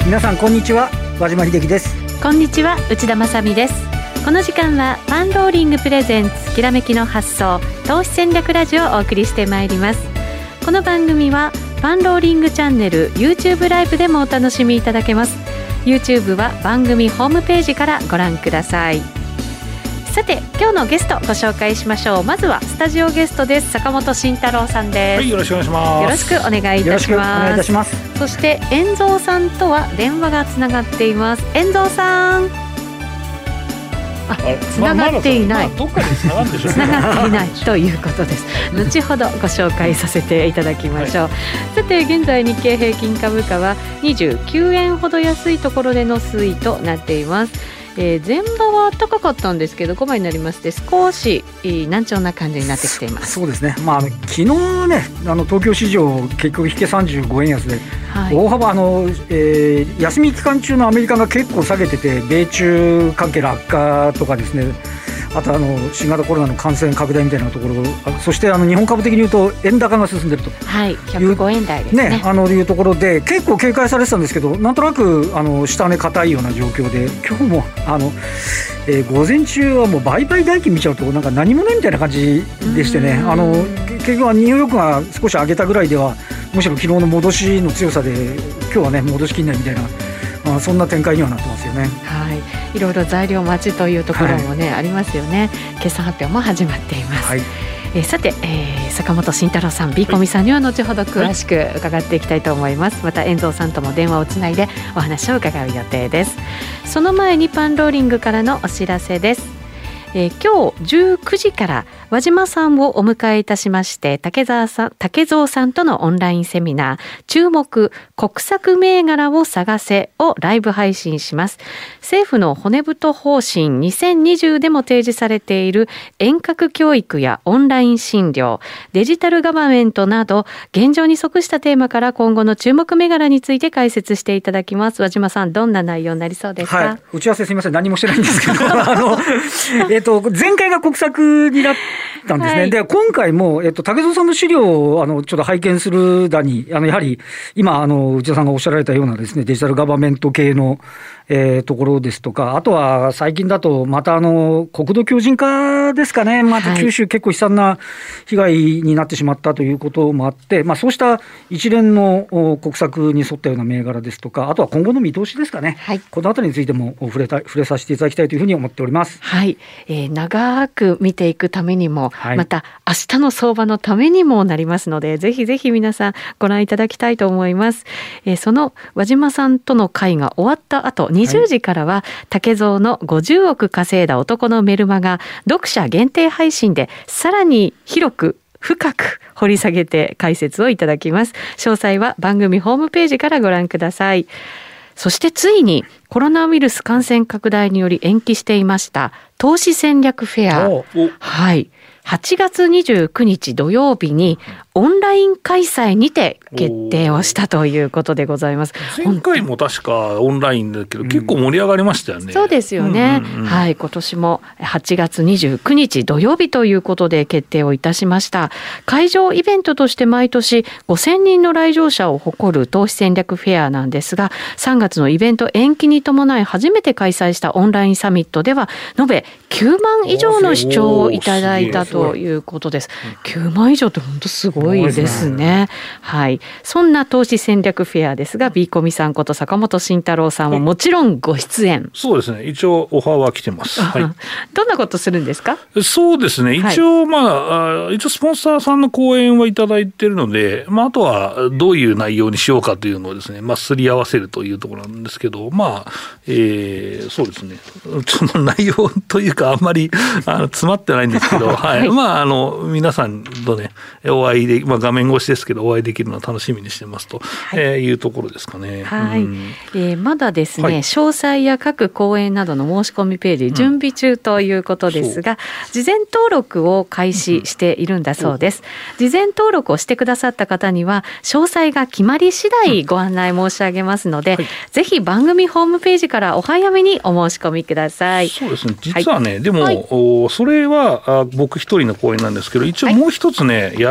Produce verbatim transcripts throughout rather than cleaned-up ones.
皆さんこんにちは、和島秀樹です。 こんにちは、内田まさみです。この時間はパンローリングプレゼンツきらめきの発想投資戦略ラジオをお送りしてまいります。この番組はパンローリングチャンネル YouTube ライブでもお楽しみいただけます。 YouTube は番組ホームページからご覧ください。さて今日のゲストご紹介しましょう。まずはスタジオゲストです。坂本慎太郎さんです。 はい、よろしくお願いします。 よろしくお願いいたします。 よろしくお願いいたします。 そして遠蔵さんとは電話がつながっています。遠蔵さん、あ、つながっていない、 まあ、どっかでつながるんでしょうね。 つながっていないということです。後ほどご紹介させていただきましょう、はい、さて現在日経平均株価はにじゅうきゅうえんほど安いところでの推移となっています。えー、前場は高かったんですけどごばいになりまして少し難聴な感じになってきています。 そうですね、まあ、昨日ね、あの東京市場結局引けさんじゅうごえん安で、はい、大幅あの、えー、休み期間中のアメリカが結構下げてて、米中関係の悪化とかですね、あとあの新型コロナの感染拡大みたいなところ、そしてあの日本株的に言うと円高が進んでいるという、 はい、ひゃくごえん台ですね、 ね、あのいうところで結構警戒されてたんですけど、なんとなくあの下値硬いような状況で、今日もあの、えー、午前中はもう売買代金見ちゃうとなんか何もないみたいな感じでしてね、あの結局はニューヨークが少し上げたぐらいでは、むしろ昨日の戻しの強さで今日はね戻しきんないみたいな、まあ、そんな展開にはなってますよね。 はい、いろいろ材料待ちというところも、ね、はい、ありますよね。決算発表も始まっています、はい。えー、さて、えー、坂本慎太郎さん、ビーコミさんには後ほど詳しく伺っていきたいと思います、はい、また遠蔵さんとも電話をつないでお話を伺う予定です。その前にパンローリングからのお知らせです。えー、今日じゅうくじから和島さんをお迎えいたしまして、竹澤さん、竹蔵さんとのオンラインセミナー、注目国策銘柄を探せをライブ配信します。政府の骨太方針にせんにじゅうでも提示されている遠隔教育やオンライン診療、デジタルガバメントなど現状に即したテーマから今後の注目銘柄について解説していただきます。和島さん、どんな内容になりそうですか？ はい、打ち合わせすみません、何もしてないんですけどあのえっと前回が国策になったんですね、はい、で今回も、えっと、竹蔵さんの資料をあのちょっと拝見するだに、あのやはり今あの内田さんがおっしゃられたようなですね、デジタルガバメント系の、えー、ところですとか、あとは最近だとまたあの国土強靭化ですかね、また九州結構悲惨な被害になってしまったということもあって、まあ、そうした一連の国策に沿ったような銘柄ですとか、あとは今後の見通しですかね、はい、このあたりについても触れた触れさせていただきたいというふうに思っております。 はい、えー、長く見ていくためにも、はい、また明日の相場のためにもなりますので、ぜひぜひ皆さんご覧いただきたいと思います。えー、その和島さんとの会が終わった後、にじゅうじからは、はい、竹蔵のごじゅうおく稼いだ男のメルマガ読者限定配信でさらに広く深く掘り下げて解説をいただきます。詳細は番組ホームページからご覧ください。そしてついにコロナウイルス感染拡大により延期していました投資戦略フェア、はい、はちがつにじゅうくにち土曜日にオンライン開催にて決定をしたということでございます。 前回も確かオンラインだけど、うん、結構盛り上がりましたよね。 そうですよね、うんうんうん、はい、今年もはちがつにじゅうくにち土曜日ということで決定をいたしました。会場イベントとして毎年ごせんにんの来場者を誇る投資戦略フェアなんですが、さんがつのイベント延期に伴い初めて開催したオンラインサミットでは延べきゅうまん以上の視聴をいただいたということです。きゅうまん以上って本当すごいですね。はい、そんな投資戦略フェアですが、ビーコミさんこと坂本慎太郎さんはもちろんご出演。 そうですね、一応オファーは来てます、はい、 どんなことするんですか？ そうですね、一応、まあ、はい、一応スポンサーさんの講演はいただいているので、まあ、あとはどういう内容にしようかというのをですね、まあ、すり合わせるというところなんですけど、まあえー、そうですね、その内容というかあんまりあの詰まってないんですけど、はい、まあ、あの皆さんとねお会いで、まあ、画面越しですけどお会いできるのを楽しみにしてますと、はい、えー、いうところですかね。 はい、うん、えー、まだですね、はい、詳細や各講演などの申し込みページ準備中ということですが、うん、事前登録を開始しているんだそうです。うん、事前登録をしてくださった方には詳細が決まり次第ご案内申し上げますので、うん、はい、ぜひ番組ホームページからお早めにお申し込みください。 そうですね、実はね、はい、でも、はい、それは僕一人の講演なんですけど、一応もう一つね、はい、やろうってい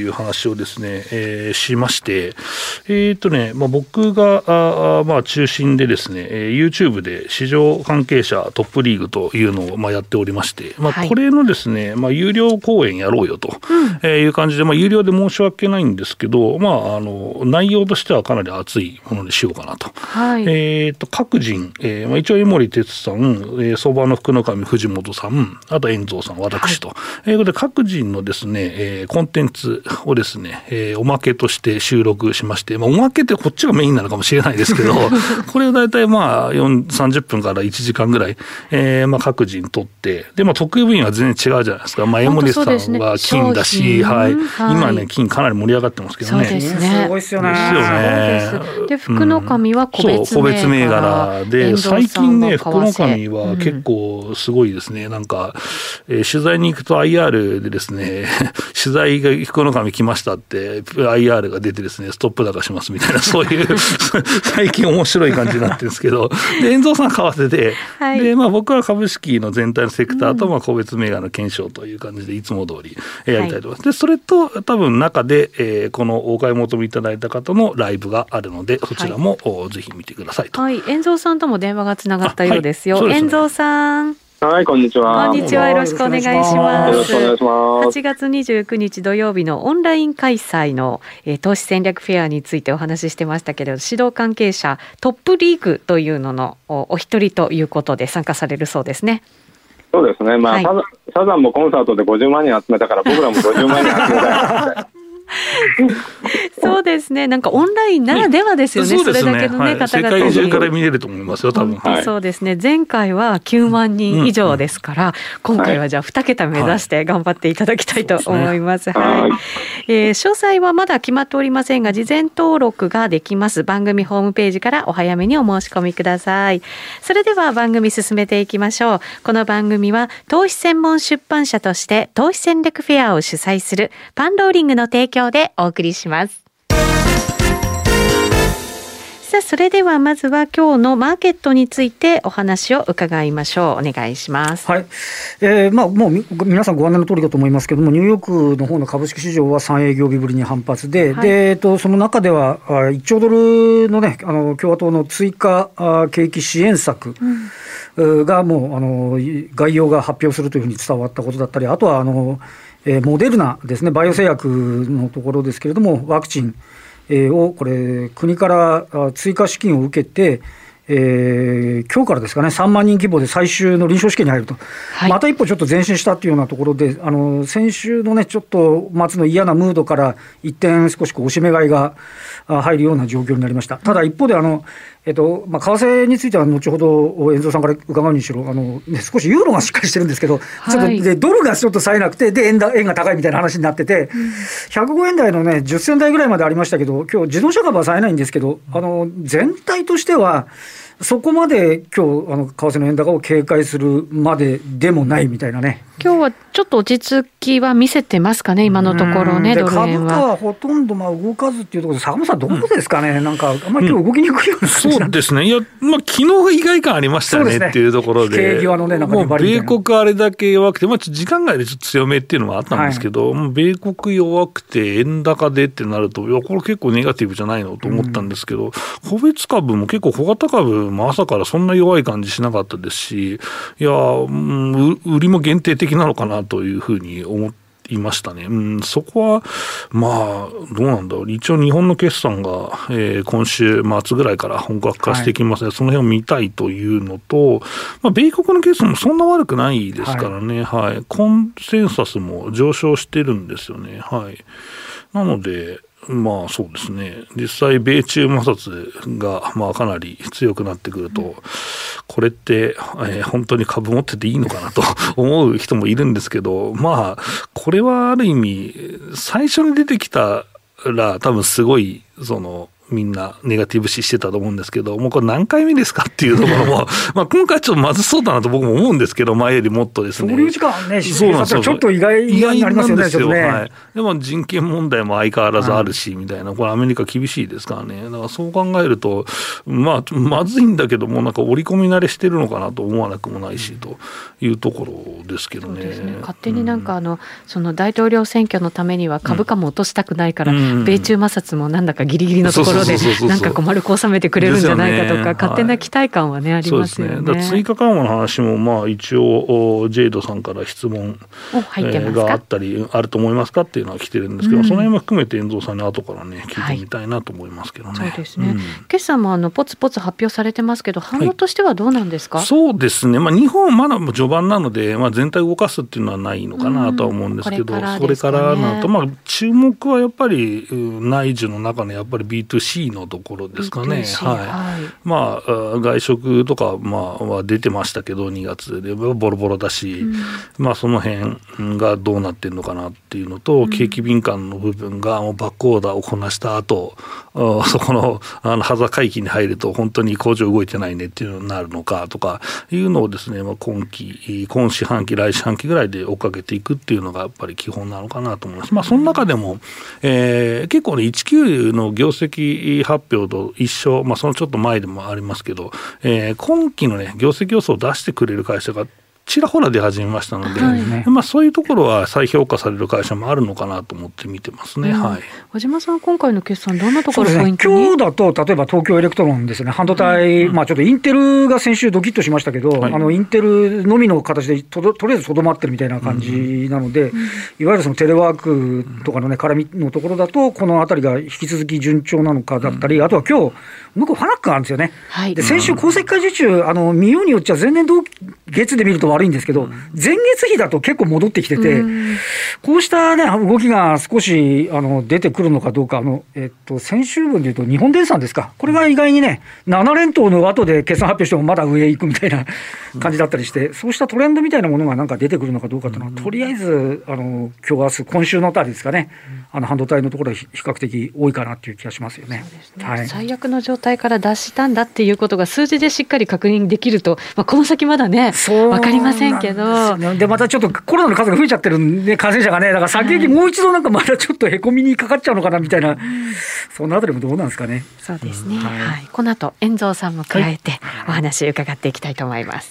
いう話をですね、えー、しまして、えーとねまあ、僕があ、まあ、中心でですね、えー、YouTube で市場関係者トップリーグというのをまあやっておりまして、まあ、これのですね、まあ、有料講演やろうよという感じで、まあ、有料で申し訳ないんですけど、まあ、あの内容としてはかなり熱いものにしようかなと。はい、えーと各人、えーまあ、一応江守哲さん、えー、相場の福の神藤本さん、あと遠蔵さん、私と、はい、いうことで各人のですね、えー、コンテンツをですね、えー、おまけとして収録しまして、まあ、おまけってこっちがメインなのかもしれないですけどこれを大体まあさんじゅっぷんからいちじかんぐらい、えー、まあ各人取って、で、まあ、得意分野は全然違うじゃないですか。まあ、江守さんは金だし、はい、今ね金かなり盛り上がってますけどね。 そうですね、 すごいですよね。 ですよね。 で福の神は個別銘柄、うん、 そう個別銘柄で、最近ね福の神は結構すごいですね。なんか、えー、取材に行くと アイアール でですね取材が福の神来ましたって アイアール が出てですねストップ高しますみたいな、そういう最近面白い感じになってるんですけど、で遠藤さん為替で、はい、でまあ、僕は株式の全体のセクターとまあ個別銘柄の検証という感じでいつも通りやりたいと思います。はい、でそれと多分中で、えー、このお買い求めいただいた方のライブがあるので、そちらも、はい、ぜひ見てくださいと。 はい、遠藤さんとも電話がつながったようですよ。はい、遠藤さん。 はい、こんにちは。 こんにちは。よろしくお願いします。 よろしくお願いします。 はちがつにじゅうくにち土曜日のオンライン開催の、えー、投資戦略フェアについてお話ししてましたけれど、指導関係者トップリーグというのの お, お一人ということで参加されるそうですね。 そうですね。まあ、はい、サ, サザンもコンサートでごじゅうまんにん集めたから、僕らもごじゅうまんにん集めたいそうですね。なんかオンラインならではですよね。はい、それだけの、ね、はい、方々に世界中から見れると思いますよ、多分。 はい、そうですね。前回はきゅうまんにん以上ですから、うんうん、今回はじゃあにけた目指して頑張っていただきたいと思います。はい。はい、えー、詳細はまだ決まっておりませんが、事前登録ができます。番組ホームページからお早めにお申し込みください。それでは番組進めていきましょう。この番組は投資専門出版社として投資戦略フェアを主催するパンローリングの提供でお送りします。さあ、それではまずは今日のマーケットについてお話を伺いましょう。お願いします。 はい。えー、まあもう皆さんご案内の通りだと思いますけども、ニューヨークの方の株式市場はさん営業日ぶりに反発で、はい、で、えっと、その中ではいっちょうドルのね、あの共和党の追加景気支援策がもうあの概要が発表するというふうに伝わったことだったり、あとはあのえー、モデルナですね、バイオ製薬のところですけれども、ワクチン、えー、をこれ国から追加資金を受けて、えー、今日からですかね、さんまんにん規模で最終の臨床試験に入ると、はい、また一歩ちょっと前進したというようなところで、あの先週のねちょっと末の嫌なムードから一転少しこう押し目買いが入るような状況になりました。ただ一方であのえっとまあ、為替については後ほど遠藤さんから伺うにしろ、あの、ね、少しユーロがしっかりしてるんですけど、はい、ちょっとでドルがちょっと冴えなくて、で 円, だ円が高いみたいな話になってて、うん、ひゃくごえん台のねじゅっせん台ぐらいまでありましたけど、今日自動車株は冴えないんですけど、あの全体としてはそこまで今日あの為替の円高を警戒するまででもないみたいなね。 今日はちょっと落ち着きは見せてますかね、今のところね、ドル円は。 株価はほとんどまあ動かずっていうところで、坂本さんどこですかね、うん、なんかあんまり今日動きにくいような感じ、うん、 そうですね。いや、まあ昨日が意外感ありましたねっていうところで、 景気はのね、なんかもう米国あれだけ弱くて、まあ時間外でちょっと強めっていうのもあったんですけど、はい、もう米国弱くて円高でってなると、いやこれ結構ネガティブじゃないのと思ったんですけど、うん、個別株も結構小型株も朝からそんな弱い感じしなかったですし、いや、うん、売りも限定的なのかなというふうに思いましたね。うん、そこはまあどうなんだろう。一応日本の決算が、えー、今週末ぐらいから本格化してきますので、はい、その辺を見たいというのと、まあ、米国の決算もそんな悪くないですからね、はいはい、コンセンサスも上昇してるんですよね。はい、なのでまあそうですね、実際米中摩擦がまあかなり強くなってくると、うん、これって、えー、本当に株持ってていいのかなと思う人もいるんですけど、まあこれはある意味最初に出てきたら多分すごいそのみんなネガティブ視してたと思うんですけど、もうこれ何回目ですかっていうところもまあ今回ちょっとまずそうだなと僕も思うんですけど、前よりもっとですね、 そういう時間ね、そうなんですよ、ちょっと意外になりますよね、ちょっとね、 はい、でも人権問題も相変わらずあるし、はい、みたいな、これアメリカ厳しいですからね。だからそう考えると、まあまずいんだけども、なんか織り込み慣れしてるのかなと思わなくもないし、うん、というところですけどね。そうですね、 勝手になんかあの、うん、その大統領選挙のためには株価も落としたくないから、うん、米中摩擦もなんだかギリギリのところでなんかこう丸く収めてくれるんじゃないかとか、ね、勝手な期待感はね、はい、ありますよね。 そうですね。だから追加緩和の話もまあ一応ジェイドさんから質問があったりあると思いますかっていうのは来てるんですけど、うん、その辺も含めて遠藤さんに後からね聞いてみたいなと思いますけどね。 はい、そうですね、うん、決算もあのポツポツ発表されてますけど、反応としてはどうなんですか？ はい、そうですね、まあ、日本まだ序盤なので、まあ、全体を動かすっていうのはないのかなとは思うんですけど、うん、これからですかね。それからなと、まあ、注目はやっぱり内需の中のやっぱり ビーツーシー のところですかね。はいはい、まあ、外食とか、まあ、は出てましたけどにがつでボロボロだし、うん、まあ、その辺がどうなってるのかなっていうのと、うん、景気敏感の部分がもうバックオーダーをこなした後、そこのあのハザ回帰に入ると本当に工場動いてないねっていうのになるのかとかいうのをですね、まあ、今期今四半期来四半期ぐらいで追っかけていくっていうのがやっぱり基本なのかなと思います。まあ、その中でも、えー、結構ねいちきゅうの業績発表と一緒、まあ、そのちょっと前でもありますけど、えー、今期のね業績予想を出してくれる会社がちらほら出始めましたので、はい、まあ、そういうところは再評価される会社もあるのかなと思って見てますね。うん、はい、 小島さん、今回の決算どんなところポイントに？ ね、今日だと例えば東京エレクトロンですね、半導体、うん、まあ、ちょっとインテルが先週ドキッとしましたけど、はい、あのインテルのみの形で と, とりあえずとどまってるみたいな感じなので、うん、いわゆるそのテレワークとかのね絡みのところだとこのあたりが引き続き順調なのかだったり、うん、あとは今日向こうファナックがあるんですよね。はい、で先週鉱石化受注、あの見ようによっちゃ前年同月で見ると悪いんですけど、うん、前月比だと結構戻ってきてて、うん、こうした、ね、動きが少しあの出てくるのかどうか、あの、えっと、先週分でいうと日本電産ですか、これが意外にねなな連投の後で決算発表してもまだ上行くみたいな感じだったりして、うん、そうしたトレンドみたいなものがなんか出てくるのかどうかというのは、うん、とりあえずあの今日明日今週のあたりですかね、うん、あの半導体のところは比較的多いかなっていう気がしますよね。 そうですね、 はい、 最悪の状態から脱したんだっていうことが数字でしっかり確認できると、まあ、この先まだね分かりませんけど、 でまたちょっとコロナの数が増えちゃってるんで、感染者がね、だから先行きもう一度なんかまたちょっとへこみにかかっちゃうのかなみたいな、はい、そのあたりもどうなんですかね。 そうですね、うん、はいはい、この後遠蔵さんも加えてお話伺っていきたいと思います。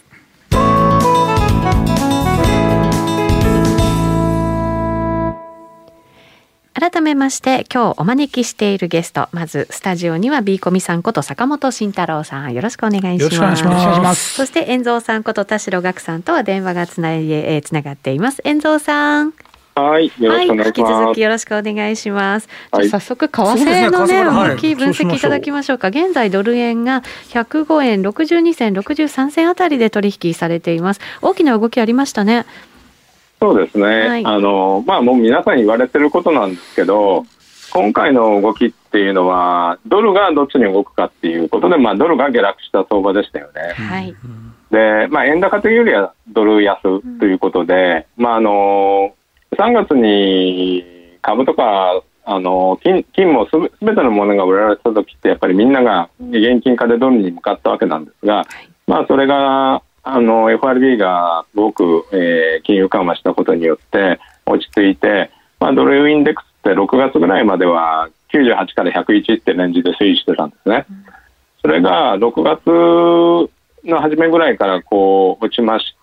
改めまして今日お招きしているゲスト、まずスタジオには B コミさんこと坂本慎太郎さん、よろしくお願いします。よろしくお願いします。そして遠蔵さんこと田代岳さんとは電話がつな、えー、つながっています。遠蔵さん、 はい、よろしくお願いします。はい、引き続きよろしくお願いします。はい、じゃあ早速為替のね、動き分析いただきましょうか。現在ドル円がひゃくごえんろくじゅうにせんろくじゅうさんせんあたりで取引されています。大きな動きありましたね。 そうですね、はい、あのまあ、もう皆さん言われてることなんですけど、今回の動きっていうのはドルがどっちに動くかっていうことで、まあ、ドルが下落した相場でしたよね。はい、で、まあ、円高というよりはドル安ということで、うん、まあ、あのさんがつに株とかあの 金, 金もすべてのものが売られた時ってやっぱりみんなが現金化でドルに向かったわけなんですが、まあ、それがあの エフアールビー がすごく、えー、金融緩和したことによって落ち着いて、まあ、ドルインデックスってろくがつぐらいまではきゅうじゅうはちからひゃくいちってレンジで推移してたんですね。それがろくがつの初めぐらいからこう落ちまして、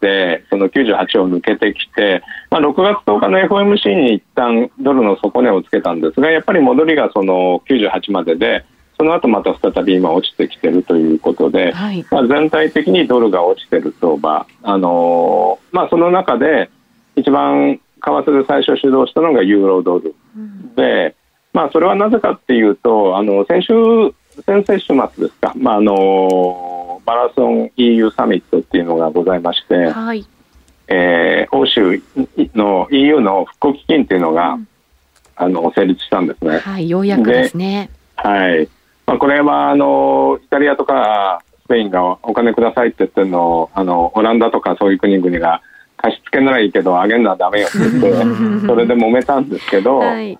そのきゅうじゅうはちを抜けてきて、まあ、ろくがつとおかの エフオーエムシー に一旦ドルの底値をつけたんですが、やっぱり戻りがそのきゅうじゅうはちまでで、その後また再び今落ちてきているということで、はい、まあ、全体的にドルが落ちている相場、あのーまあ、その中で一番為替で最初主導したのがユーロドル、うん、で、まあ、それはなぜかっていうと、あの先週先々週末ですか、まあ、あのマラソン イーユー サミットっていうのがございまして、はい、えー、欧州の イーユー の復興基金っていうのが、うん、あの成立したんですね。 はい、ようやくですね。 はい、まあ、これはあのイタリアとかスペインがお金くださいって言ってるのを、あのオランダとかそういう国々が貸し付けならいいけどあげるのはダメよって言ってそれで揉めたんですけど、はい、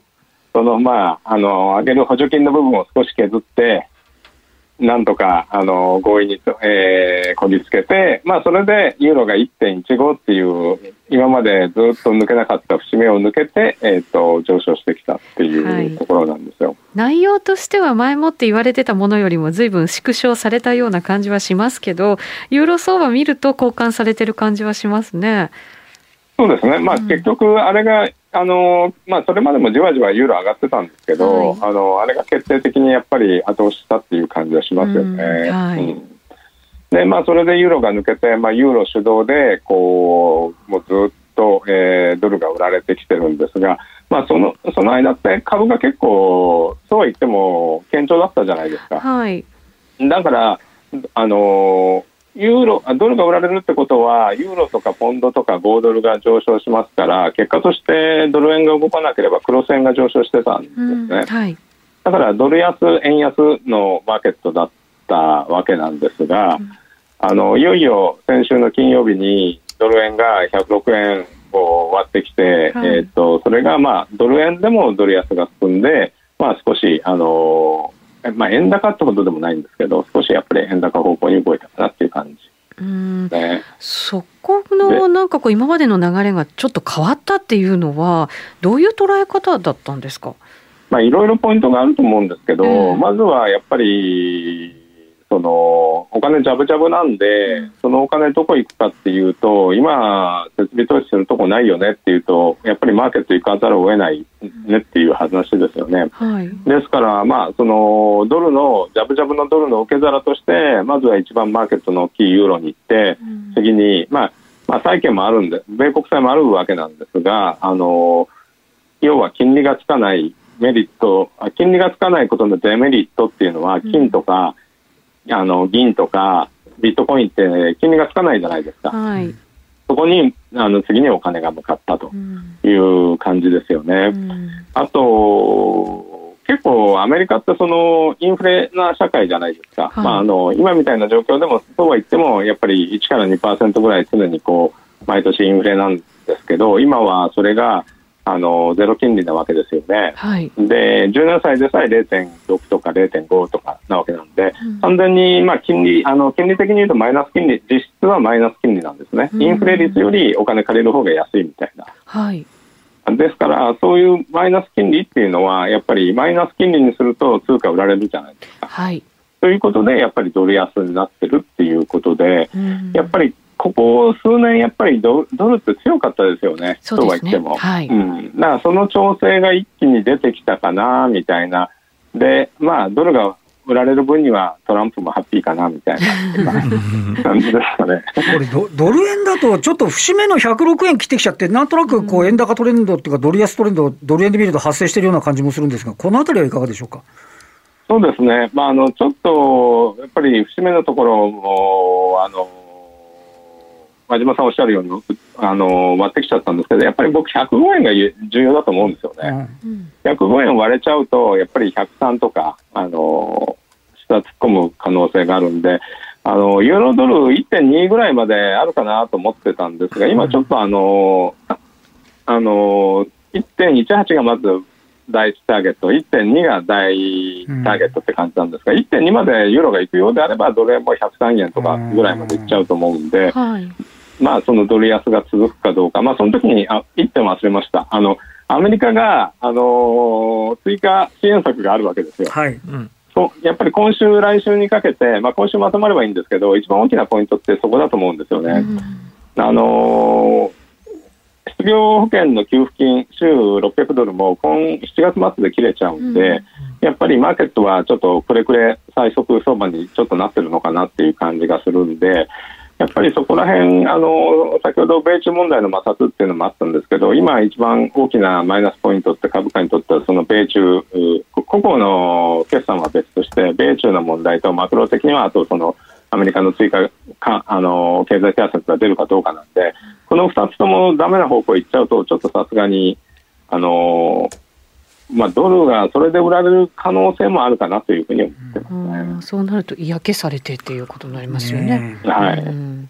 そのまああの上げる補助金の部分を少し削ってなんとかあの合意にと、えー、こぎつけて、まあ、それでユーロが いってんいちご っていう今までずっと抜けなかった節目を抜けて、えー、と上昇してきたっていうところなんですよ、はい、 内容としては前もって言われてたものよりも随分縮小されたような感じはしますけど、ユーロ相場見ると交換されてる感じはしますね。 そうですね、まあ、結局あれが、あのまあ、それまでもじわじわユーロ上がってたんですけど、はい、あのあれが決定的にやっぱり後押ししたっていう感じはしますよね、うんはいうん、でまあ、それでユーロが抜けて、まあ、ユーロ主導でこうもうずっと、えー、ドルが売られてきてるんですが、まあ、その、その間って株が結構そうは言っても堅調だったじゃないですか、はい、だからあのユーロ、ドルが売られるってことはユーロとかポンドとかごドルが上昇しますから、結果としてドル円が動かなければクロス円が上昇してたんですね、うんはい、だからドル安円安のマーケットだったわけなんですが、うん、あのいよいよ先週の金曜日にドル円がひゃくろくえんを割ってきて、はい、えー、とそれが、まあ、ドル円でもドル安が進んで、まあ、少しあのまあ、円高ってほどでもないんですけど、少しやっぱり円高方向に動いたかなっていう感じ、 うん、ね、そこのなんかこう今までの流れがちょっと変わったっていうのはどういう捉え方だったんですか？ まあ、いろいろポイントがあると思うんですけど、えー、まずはやっぱりそのお金ジャブジャブなんで、うん、そのお金どこ行くかっていうと、今設備投資するとこないよねっていうと、やっぱりマーケット行かざるを得ないねっていう話ですよね、はい、ですから、まあ、そのドルのジャブジャブのドルの受け皿として、まずは一番マーケットの大きいユーロに行って、うん、次に、まあまあ、債券もあるんで、米国債もあるわけなんですが、あの要は金利がつかないメリット、金利がつかないことのデメリットっていうのは、金とか、うん、あの銀とかビットコインって金利がつかないじゃないですか、はい、そこにあの次にお金が向かったという感じですよね、うん、あと結構アメリカってそのインフレな社会じゃないですか、はい、まあ、あの今みたいな状況でもそうは言ってもやっぱりいちからにパーセントぐらい常にこう毎年インフレなんですけど、今はそれがあのゼロ金利なわけですよね、はい、でじゅうななさいでさえ ゼロてんろく とか ゼロてんご とかなわけなんで、うん、完全に、まあ、金利あの金利的に言うとマイナス金利、実質はマイナス金利なんですね、うん、インフレ率よりお金借りる方が安いみたいな、はい、ですからそういうマイナス金利っていうのはやっぱりマイナス金利にすると通貨売られるじゃないですか、はい、ということでやっぱりドル安になってるっていうことで、うん、やっぱりここ数年やっぱり ド, ドルって強かったですよね、そうですね、とは言っても、はい、うん、だからその調整が一気に出てきたかなみたいなで、まあドルが売られる分にはトランプもハッピーかなみたいな感じですかね。 これ ド, ドル円だとちょっと節目のひゃくろくえん切ってきちゃって、なんとなくこう円高トレンドっていうかドル安トレンドドル円で見ると発生しているような感じもするんですが、このあたりはいかがでしょうか？ そうですね、まあ、あのちょっとやっぱり節目のところもあの真島さんおっしゃるようにあの割ってきちゃったんですけど、やっぱり僕ひゃくごえんが重要だと思うんですよね、うん、ひゃくごえん割れちゃうとやっぱりひゃくさんとかあの下突っ込む可能性があるんで、あのユーロドル いってんに ぐらいまであるかなと思ってたんですが、今ちょっとあのあの いってんいちはち がまず第一ターゲット、いってんに が第ターゲットって感じなんですが、うん、いってんに までユーロが行くようであればドル円もひゃくさんえんとかぐらいまで行っちゃうと思うんで、はい、まあそのドル安が続くかどうか、まあその時にあいってん忘れました。あのアメリカが、あのー、追加支援策があるわけですよ、はい、うん、そうやっぱり今週来週にかけて、まあ、今週まとまればいいんですけど、一番大きなポイントってそこだと思うんですよね、うん、あのー失業保険の給付金週ろっぴゃくドルも今しちがつ末で切れちゃうんで、うん、やっぱりマーケットはちょっとくれくれ最速相場にちょっとなってるのかなっていう感じがするんで、やっぱりそこら辺あの先ほど米中問題の摩擦っていうのもあったんですけど、今一番大きなマイナスポイントって株価にとってはその米中個々の決算は別として米中の問題とマクロ的にはあとそのアメリカの追加かあの経済対策が出るかどうかなんで、このふたつともダメな方向行っちゃうとちょっとさすがにあの、まあ、ドルがそれで売られる可能性もあるかなというふうに思ってますね、 うん、そうなると嫌気されてっていうことになりますよね、 はい、うん、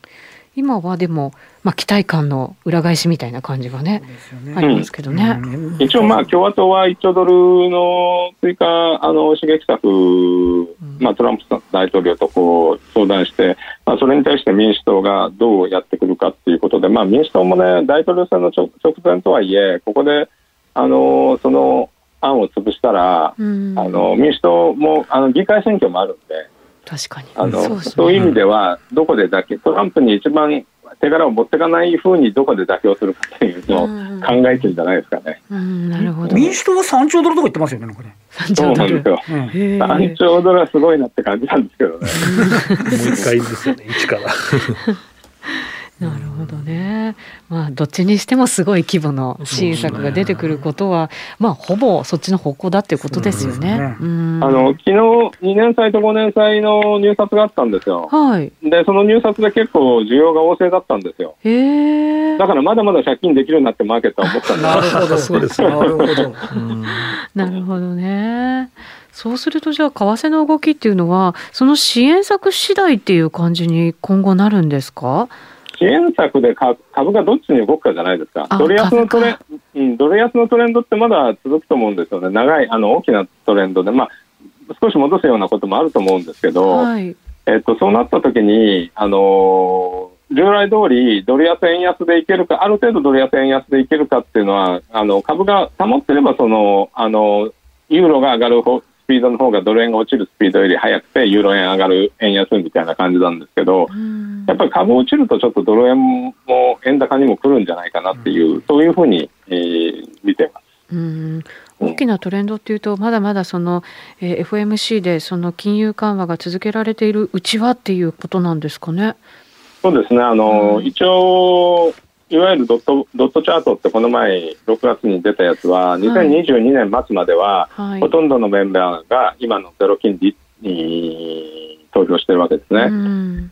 今はでも、まあ、期待感の裏返しみたいな感じがね、ねありますけどね、 うん、一応まあ共和党はいっちょうドルの追加あの刺激策、まあ、トランプ大統領とこう相談して、まあ、それに対して民主党がどうやってくるかっていうことで、まあ、民主党もね大統領選の直前とはいえここであのその案を潰したら、うん、あの民主党もあの議会選挙もあるんで、 確かにあの そうですね、そういう意味ではどこで妥協、トランプに一番手柄を持っていかないふうにどこで妥協するかというのを考えてるんじゃないですかね、 うんうん、なるほど。 民主党はさんちょうドルとか言ってますよね、なんかね。 そうなんですよ、うん、さんちょうドルはすごいなって感じなんですけどねもう一回ですよね一からなるほどね、まあ、どっちにしてもすごい規模の支援策が出てくることは、まあ、ほぼそっちの方向だっていうことですよね。 うん、あの昨日にねん債とごねん債の入札があったんですよ、 はい、 でその入札で結構需要が旺盛だったんですよ。 へだからまだまだ借金できるようになってマーケットは思ったんですなるほどそうですなるほどなるほどね。そうするとじゃあ為替の動きっていうのはその支援策次第っていう感じに今後なるんですか？ 支援策で株がどっちに動くかじゃないですか。ドル安のトレン、うん、ドル安のトレンドってまだ続くと思うんですよね。長いあの大きなトレンドで、まあ、少し戻すようなこともあると思うんですけど、はい、えっと、そうなった時に、あのー、従来通りドル安円安でいけるか、ある程度ドル安円安でいけるかっていうのは、あの株が保ってればそのあのユーロが上がる方スピードの方がドル円が落ちるスピードより速くてユーロ円上がる円安みたいな感じなんですけど、やっぱり株落ちるとちょっとドル円も円高にも来るんじゃないかなっていう、そういうふうに、えー、見てます。 うん大きなトレンドっていうとまだまだその、えー、エフエムシー でその金融緩和が続けられているうちはっていうことなんですかね。 そうですね、あの、うん、一応いわゆるドット、ドットチャートってこの前ろくがつに出たやつはにせんにじゅうにねん末までは、はい、ほとんどのメンバーが今のゼロ金利に投票してるわけですね、うん、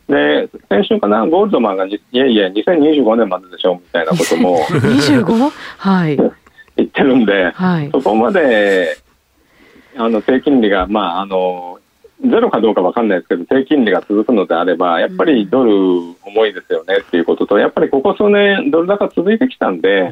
で先週かなゴールドマンがいやいやにせんにじゅうごねんまででしょみたいなこともにじゅうご? はい言ってるんで、 はい、 そこまであの低金利がまああのゼロかどうか分かんないですけど低金利が続くのであればやっぱりドル重いですよねっていうことと、やっぱりここ数年ドル高続いてきたんで、 はい、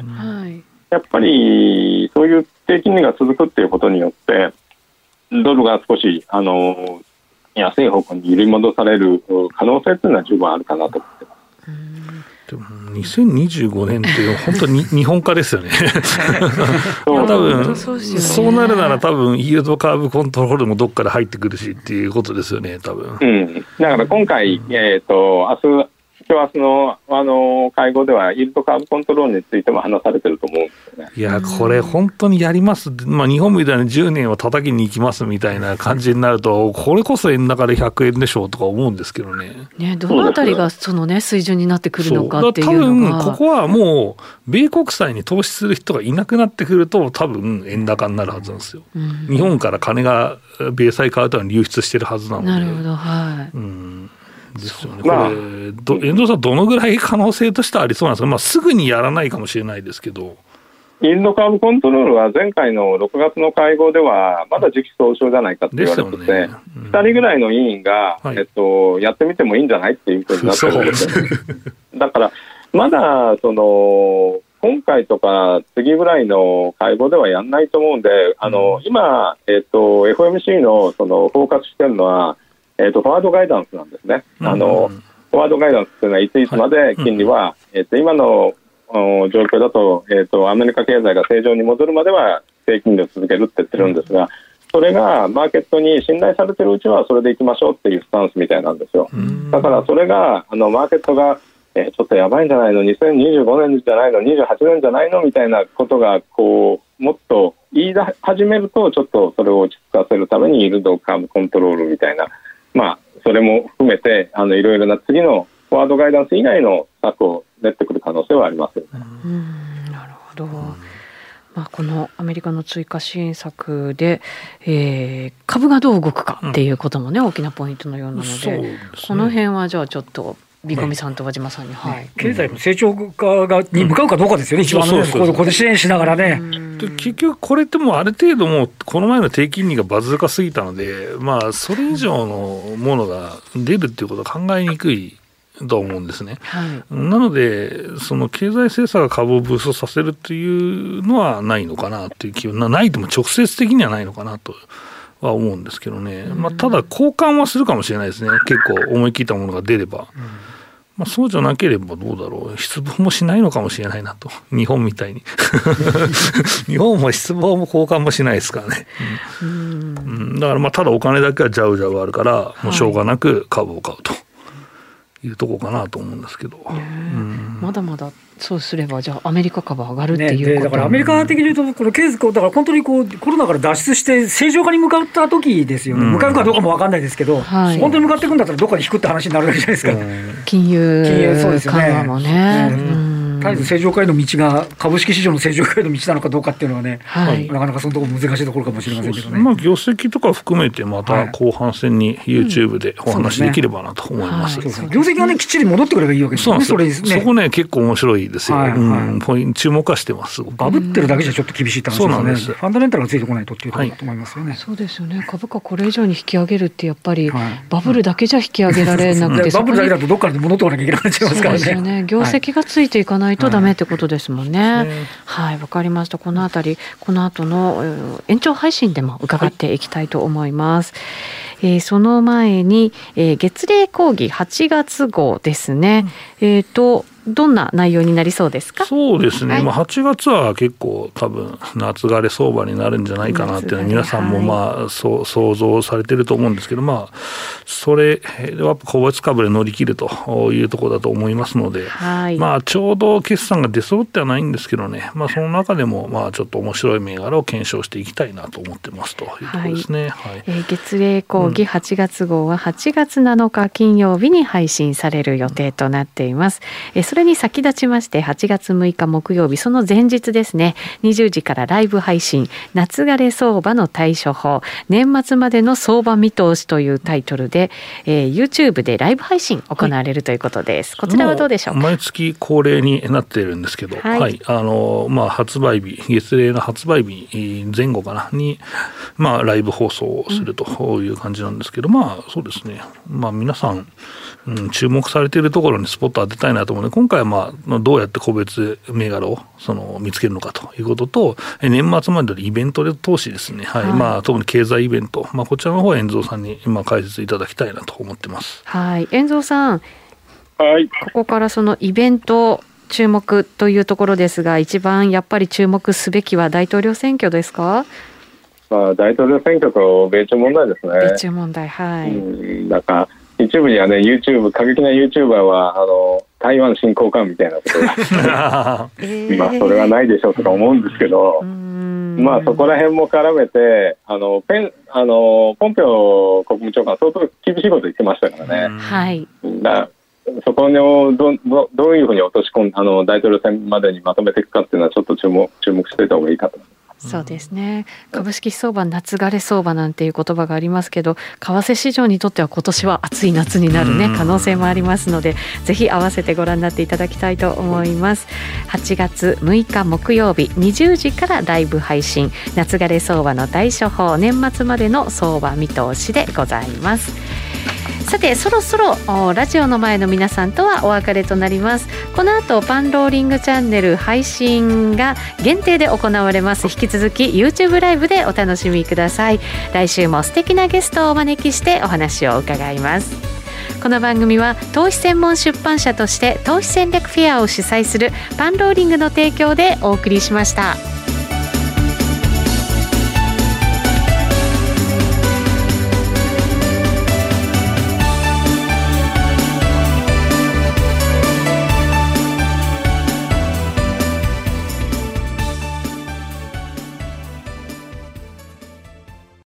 やっぱりそういう低金利が続くっていうことによってドルが少しあの安い方向に揺り戻される可能性っていうのは十分あるかなと思ってます。 でもにせんにじゅうごねんって本当に日本化ですよね多分そうなるなら多分イールドカーブコントロールもどっから入ってくるしっていうことですよね多分、 うん、だから今回、えーと、明日今日明日の、あの会合ではイールドカーブコントロールについても話されてると思うんですよね。 いやこれ本当にやります、まあ、日本みたいにじゅうねんを叩きに行きますみたいな感じになるとこれこそ円高でひゃくえんでしょうとか思うんですけどね。 ねどのあたりがその、ね、水準になってくるのかっていうのが多分ここはもう米国債に投資する人がいなくなってくると多分円高になるはずなんですよ、うん、日本から金が米債買うとは流出してるはずなので。 なるほど、はい、 うんですよね、これ、まあ、ど遠藤さんどのぐらい可能性としてはありそうなんですか、まあ、すぐにやらないかもしれないですけど。 イールドカーブコントロールは前回のろくがつの会合ではまだ時期尚早じゃないかって言われてて、ねうん、ふたりぐらいの委員が、はいえっと、やってみてもいいんじゃないっていうふうになってるんですよだからまだその今回とか次ぐらいの会合ではやんないと思うんで、あの、うん、今、えっと、エフオーエムシー の, そのフォーカスしてるのはえー、とフォワードガイダンスなんですね、うん、あのフォワードガイダンスというのはいついつまで金利は、はいうん、えー、と今の状況だ と,、えー、とアメリカ経済が正常に戻るまでは低金利を続けるって言ってるんですが、それがマーケットに信頼されてるうちはそれでいきましょうっていうスタンスみたいなんですよ。だからそれがあのマーケットが、えー、ちょっとやばいんじゃないのにせんにじゅうごねんじゃないのにじゅうはちねんじゃないのみたいなことがこうもっと言い始めるとちょっとそれを落ち着かせるためにイールドカーブコントロールみたいな、まあ、それも含めてあのいろいろな次のフォワードガイダンス以外の策を練ってくる可能性はありますよね。 うん、なるほど、まあ、このアメリカの追加支援策で、えー、株がどう動くかっていうこともね、うん、大きなポイントのようなの で, で、ね、この辺はじゃあちょっとビコミさんと和島さんに、はい、 経済の成長化がに向かうかどうかですよね、うん、一番ね、ここで支援しながらね。 で結局これってもうある程度もうこの前の低金利がバズーカすぎたので、まあ、それ以上のものが出るっていうことは考えにくいと思うんですね、 はい、 なのでその経済制裁が株をブーストさせるっていうのはないのかなっていう気は、ないとも直接的にはないのかなとは思うんですけどね、まあ、ただ交換はするかもしれないですね、結構思い切ったものが出れば、うん、まあ、そうじゃなければどうだろう、失望もしないのかもしれないなと、日本みたいに日本も失望も交換もしないですからね、うんうん、だからまあただお金だけはジャウジャウあるから、もうしょうがなく株を買うというところかなと思うんですけど、うん、 まだまだそうすればじゃあアメリカ株上がるっていうこと、 ね、だからアメリカ的に言うとこの経済だから本当にこうコロナから脱出して正常化に向かった時ですよね、うん、向かうかどうかも分かんないですけど、はい、本当に向かっていくんだったらどっかに引くって話になるわけじゃないですか、うん、 金融緩和もね、 うんうん、絶えず正常化への道が株式市場の正常化への道なのかどうかっていうのはね、はい、なかなかそのところ難しいところかもしれませんけどね、 まあ、業績とか含めてまた後半戦に YouTube でお話できればなと思います、 業績がねきっちり戻ってくればいいわけですよね。 そうなんですよ、それですね、そこね結構面白いですよ、はいはい、うん、ポイント注目はしてます。 バブってるだけじゃちょっと厳しいって話ですね。そうなんです。ファンダメンタルがついてこないとっていうところだと思いますよね、はい、 そうですよね。株価これ以上に引き上げるってやっぱりバブルだけじゃ引き上げられなくて、はい、 バブルだけだとどっかで戻ってこなきゃいけなくなっちゃいますからね。 そうですよね。業績がついていかないとダメってことですもんね。はい、はい、わかりました。このあたりこの後の延長配信でも伺っていきたいと思います、はい、えー、その前に、えー、月例講義はちがつ号ですね、うん、えーとどんな内容になりそうですか。 そうですね、はい、まあ、はちがつは結構多分夏枯れ相場になるんじゃないかなっていうのは皆さんもまあそう想像されてると思うんですけど、まあそれは個別株で乗り切るというところだと思いますので、はい、まあちょうど決算が出揃ってはないんですけどね、まあその中でもまあちょっと面白い銘柄を検証していきたいなと思ってますというところですね、はいはい、 えー、月例講義はちがつ号ははちがつなのか金曜日に配信される予定となっています、えー、それに先立ちましてはちがつむいか木曜日、その前日ですね、にじゅうじからライブ配信、夏枯れ相場の対処法、年末までの相場見通しというタイトルで、えー、YouTube でライブ配信行われるということです、はい、こちらはどうでしょうか。 毎月恒例になっているんですけど、はい、はい、あのまあ、発売日、月例の発売日前後かなに、まあ、ライブ放送をするという感じなんですけど、うん、まあそうですね、まあ、皆さん、うん、注目されているところにスポット当てたいなと思うので、今回はまあどうやって個別銘柄をその見つけるのかということと、年末までのイベントで投資ですね、はい、はい、まあ、特に経済イベント、まあ、こちらの方は遠蔵さんに今解説いただきたいなと思ってます。 はい、遠蔵さん、 はい、 ここからそのイベント注目というところですが、一番やっぱり注目すべきは大統領選挙ですか。 まあ、大統領選挙と米中問題ですね。 米中問題、はい、 うん、なんか一部にはね YouTube 過激な YouTuber はあの台湾侵攻かみたいなことがえー、まあそれはないでしょうとか思うんですけど、まあそこら辺も絡めてあのペンあのポンペオ国務長官相当厳しいこと言ってましたからね、 はい、 だそこをど ど, どういうふうに落とし込んあの大統領選までにまとめていくかっていうのはちょっと注目注目しておいた方がいいかと思います。 そうですね、株式相場夏枯れ相場なんていう言葉がありますけど、為替市場にとっては今年は暑い夏になる、ね、可能性もありますので、ぜひ合わせてご覧になっていただきたいと思います。はちがつむいか木曜日にじゅうじからライブ配信、夏枯れ相場の対処法、年末までの相場見通しでございます。さてそろそろラジオの前の皆さんとはお別れとなります。この後パンローリングチャンネル配信が限定で行われます。引き続き YouTube ライブでお楽しみください。来週も素敵なゲストをお招きしてお話を伺います。この番組は投資専門出版社として投資戦略フェアを主催するパンローリングの提供でお送りしました。